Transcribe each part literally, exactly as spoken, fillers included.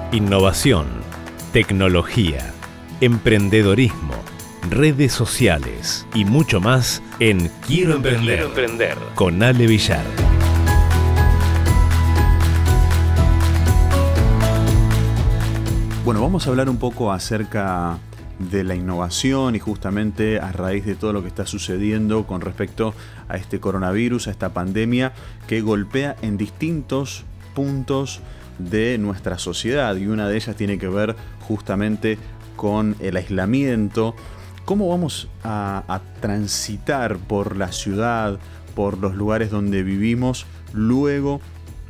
Innovación, tecnología, emprendedorismo, redes sociales y mucho más en Quiero Emprender, Quiero Emprender con Ale Villar. Bueno, vamos a hablar un poco acerca de la innovación y justamente a raíz de todo lo que está sucediendo con respecto a este coronavirus, a esta pandemia que golpea en distintos puntos de nuestra sociedad, y una de ellas tiene que ver justamente con el aislamiento. ¿Cómo vamos a, a transitar por la ciudad, por los lugares donde vivimos luego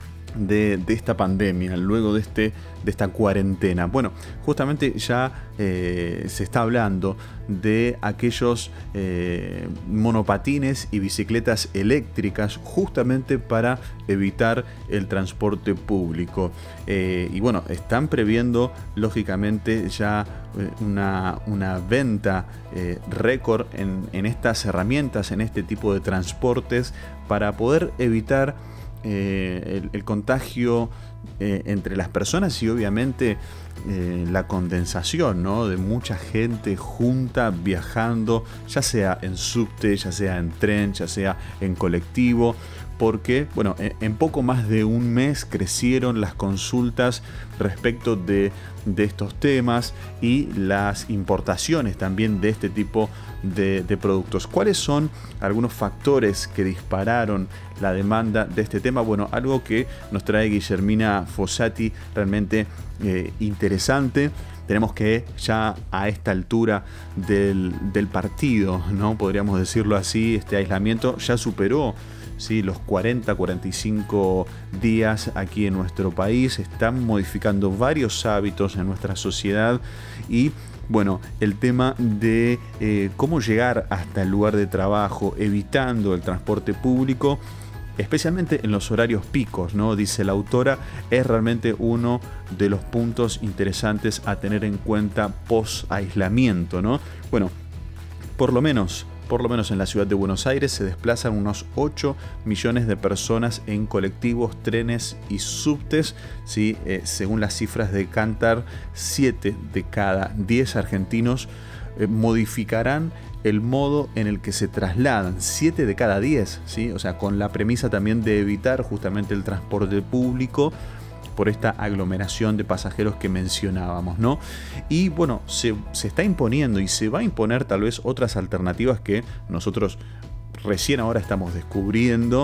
de, de esta pandemia, luego de, este, de esta cuarentena? Bueno, justamente ya eh, se está hablando de aquellos eh, monopatines y bicicletas eléctricas justamente para evitar el transporte público. Eh, y bueno, están previendo lógicamente ya eh, una, una venta eh, récord en, en estas herramientas, en este tipo de transportes, para poder evitar Eh, el, el contagio eh, entre las personas y obviamente eh, la condensación, ¿no?, de mucha gente junta viajando, ya sea en subte, ya sea en tren, ya sea en colectivo, porque bueno, en, en poco más de un mes crecieron las consultas respecto de, de estos temas y las importaciones también de este tipo de, de productos. ¿Cuáles son algunos factores que dispararon la demanda de este tema? Bueno, algo que nos trae Guillermina Fossati realmente eh, interesante. Tenemos que ya a esta altura del, del partido, ¿no?, podríamos decirlo así, este aislamiento ya superó ¿sí? los cuarenta, cuarenta y cinco días aquí en nuestro país. Están modificando varios hábitos en nuestra sociedad y bueno, el tema de eh, cómo llegar hasta el lugar de trabajo evitando el transporte público, especialmente en los horarios picos, ¿no?, dice la autora, es realmente uno de los puntos interesantes a tener en cuenta post aislamiento, ¿no? Bueno, por lo menos Por lo menos en la ciudad de Buenos Aires se desplazan unos ocho millones de personas en colectivos, trenes y subtes, ¿sí? Eh, según las cifras de Kantar, siete de cada diez argentinos eh, modificarán el modo en el que se trasladan. siete de cada diez, ¿sí? O sea, con la premisa también de evitar justamente el transporte público por esta aglomeración de pasajeros que mencionábamos, ¿no? Y bueno, se, se está imponiendo y se va a imponer tal vez otras alternativas que nosotros recién ahora estamos descubriendo,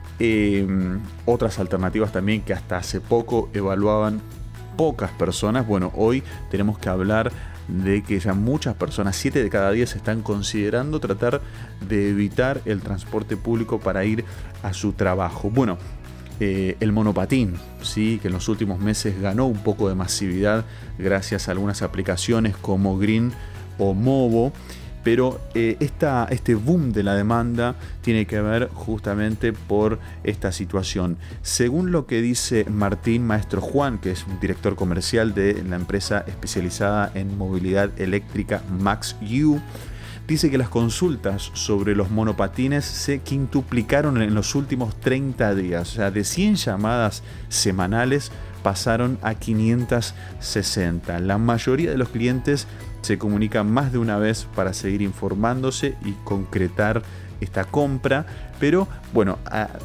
eh, otras alternativas también que hasta hace poco evaluaban pocas personas. Bueno, hoy tenemos que hablar de que ya muchas personas, siete de cada diez, están considerando tratar de evitar el transporte público para ir a su trabajo. Bueno, Eh, el monopatín, ¿sí?, que en los últimos meses ganó un poco de masividad gracias a algunas aplicaciones como Green o Movo, pero eh, esta, este boom de la demanda tiene que ver justamente por esta situación. Según lo que dice Martín Maestro Juan, que es un director comercial de la empresa especializada en movilidad eléctrica MaxU, dice que las consultas sobre los monopatines se quintuplicaron en los últimos treinta días. O sea, de cien llamadas semanales pasaron a quinientas sesenta. La mayoría de los clientes se comunican más de una vez para seguir informándose y concretar esta compra. Pero bueno,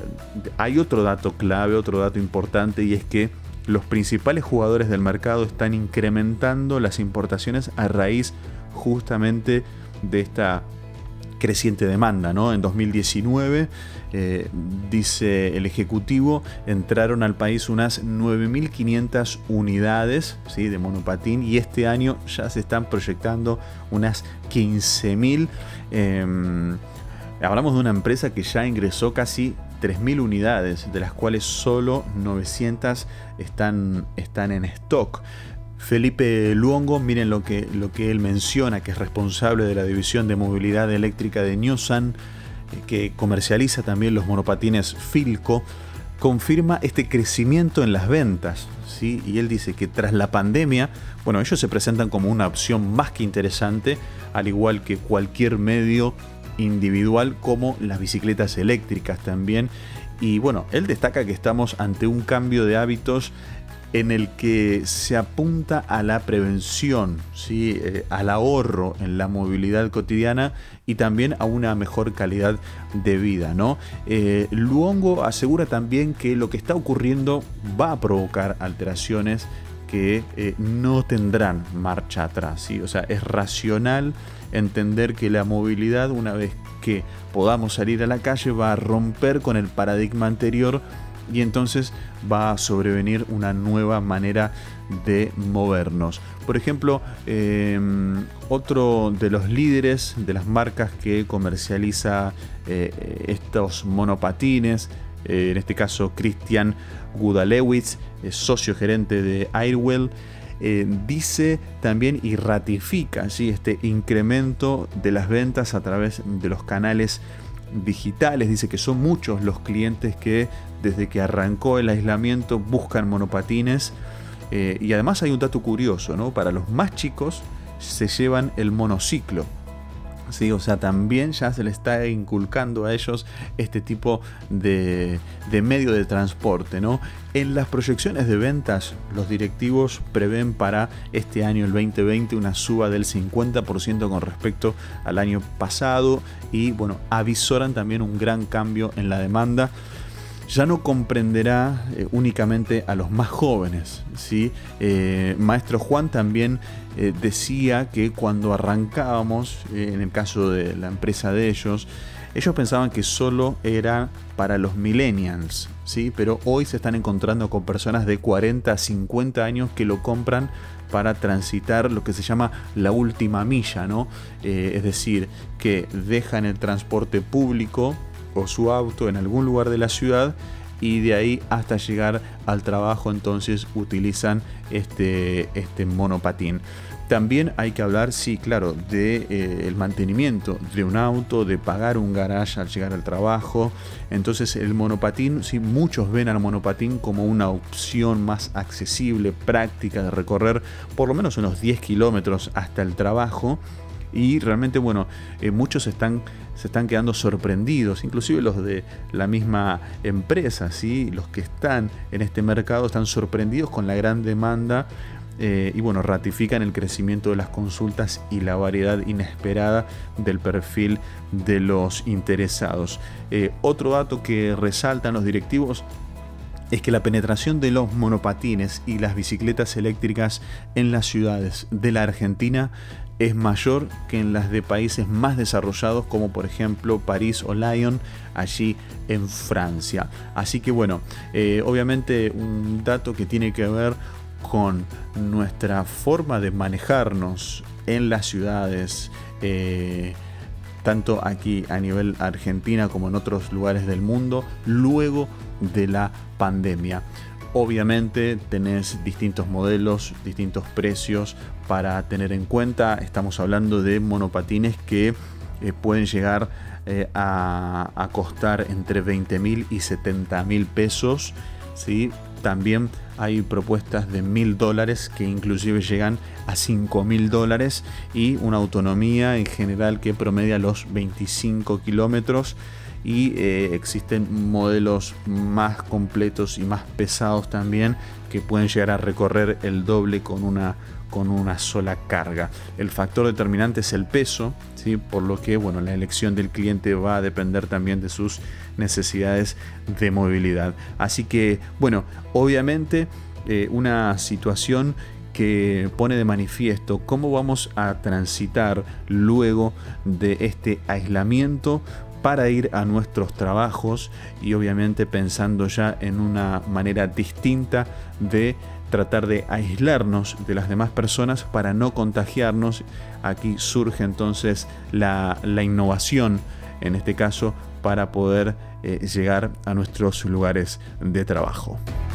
hay otro dato clave, otro dato importante, y es que los principales jugadores del mercado están incrementando las importaciones a raíz justamente de esta creciente demanda, ¿no? En dos mil diecinueve, eh, dice el ejecutivo, entraron al país unas nueve mil quinientas unidades, ¿sí?, de monopatín, y este año ya se están proyectando unas quince mil. Eh, hablamos de una empresa que ya ingresó casi tres mil unidades, de las cuales solo novecientas están, están en stock. Felipe Luongo, miren lo que, lo que él menciona, que es responsable de la división de movilidad eléctrica de Newsan, que comercializa también los monopatines Filco, confirma este crecimiento en las ventas, ¿sí? Y él dice que tras la pandemia, bueno, ellos se presentan como una opción más que interesante, al igual que cualquier medio individual, como las bicicletas eléctricas también. Y bueno, él destaca que estamos ante un cambio de hábitos en el que se apunta a la prevención, ¿sí? eh, al ahorro en la movilidad cotidiana y también a una mejor calidad de vida, ¿no? Eh, Luongo asegura también que lo que está ocurriendo va a provocar alteraciones que eh, no tendrán marcha atrás, ¿sí? O sea, es racional entender que la movilidad, una vez que podamos salir a la calle, va a romper con el paradigma anterior y entonces va a sobrevenir una nueva manera de movernos. Por ejemplo, eh, otro de los líderes de las marcas que comercializa eh, estos monopatines, eh, en este caso Christian Gudalewicz, eh, socio gerente de Airwell, eh, dice también y ratifica, ¿sí?, este incremento de las ventas a través de los canales digitales. Dice que son muchos los clientes que desde que arrancó el aislamiento buscan monopatines, eh, y además hay un dato curioso, ¿no? Para los más chicos se llevan el monociclo, ¿sí? O sea, también ya se le está inculcando a ellos este tipo de, de medio de transporte, ¿no? En las proyecciones de ventas, los directivos prevén para este año, el veinte veinte, una suba del cincuenta por ciento con respecto al año pasado y, bueno, avisoran también un gran cambio en la demanda. Ya no comprenderá eh, únicamente a los más jóvenes, ¿sí? Eh, Maestro Juan también eh, decía que cuando arrancábamos, eh, en el caso de la empresa de ellos, ellos pensaban que solo era para los millennials, ¿sí? Pero hoy se están encontrando con personas de cuarenta a cincuenta años que lo compran para transitar lo que se llama la última milla, ¿no? Eh, es decir, que dejan el transporte público o su auto en algún lugar de la ciudad y de ahí hasta llegar al trabajo entonces utilizan este, este monopatín. También hay que hablar, sí, claro, de eh, el mantenimiento de un auto, de pagar un garage al llegar al trabajo. Entonces el monopatín, sí, muchos ven al monopatín como una opción más accesible, práctica de recorrer por lo menos unos diez kilómetros hasta el trabajo. Y realmente, bueno, eh, muchos están, se están quedando sorprendidos, inclusive los de la misma empresa, ¿sí? Los que están en este mercado están sorprendidos con la gran demanda eh, y, bueno, ratifican el crecimiento de las consultas y la variedad inesperada del perfil de los interesados. Eh, otro dato que resaltan los directivos es que la penetración de los monopatines y las bicicletas eléctricas en las ciudades de la Argentina es mayor que en las de países más desarrollados como por ejemplo París o Lyon, allí en Francia. Así que bueno, eh, obviamente un dato que tiene que ver con nuestra forma de manejarnos en las ciudades, eh, tanto aquí a nivel Argentina como en otros lugares del mundo, luego de la pandemia. Obviamente tenés distintos modelos, distintos precios para tener en cuenta. Estamos hablando de monopatines que eh, pueden llegar eh, a, a costar entre veinte mil y setenta mil pesos, ¿sí? También hay propuestas de mil dólares que inclusive llegan a cinco mil dólares y una autonomía en general que promedia los veinticinco kilómetros. Y eh, existen modelos más completos y más pesados también que pueden llegar a recorrer el doble con una, con una sola carga. El factor determinante es el peso, ¿sí? Por lo que, bueno, la elección del cliente va a depender también de sus necesidades de movilidad. Así que, bueno, obviamente eh, una situación que pone de manifiesto cómo vamos a transitar luego de este aislamiento para ir a nuestros trabajos y obviamente pensando ya en una manera distinta de tratar de aislarnos de las demás personas para no contagiarnos. Aquí surge entonces la, la innovación, en este caso, para poder eh, llegar a nuestros lugares de trabajo.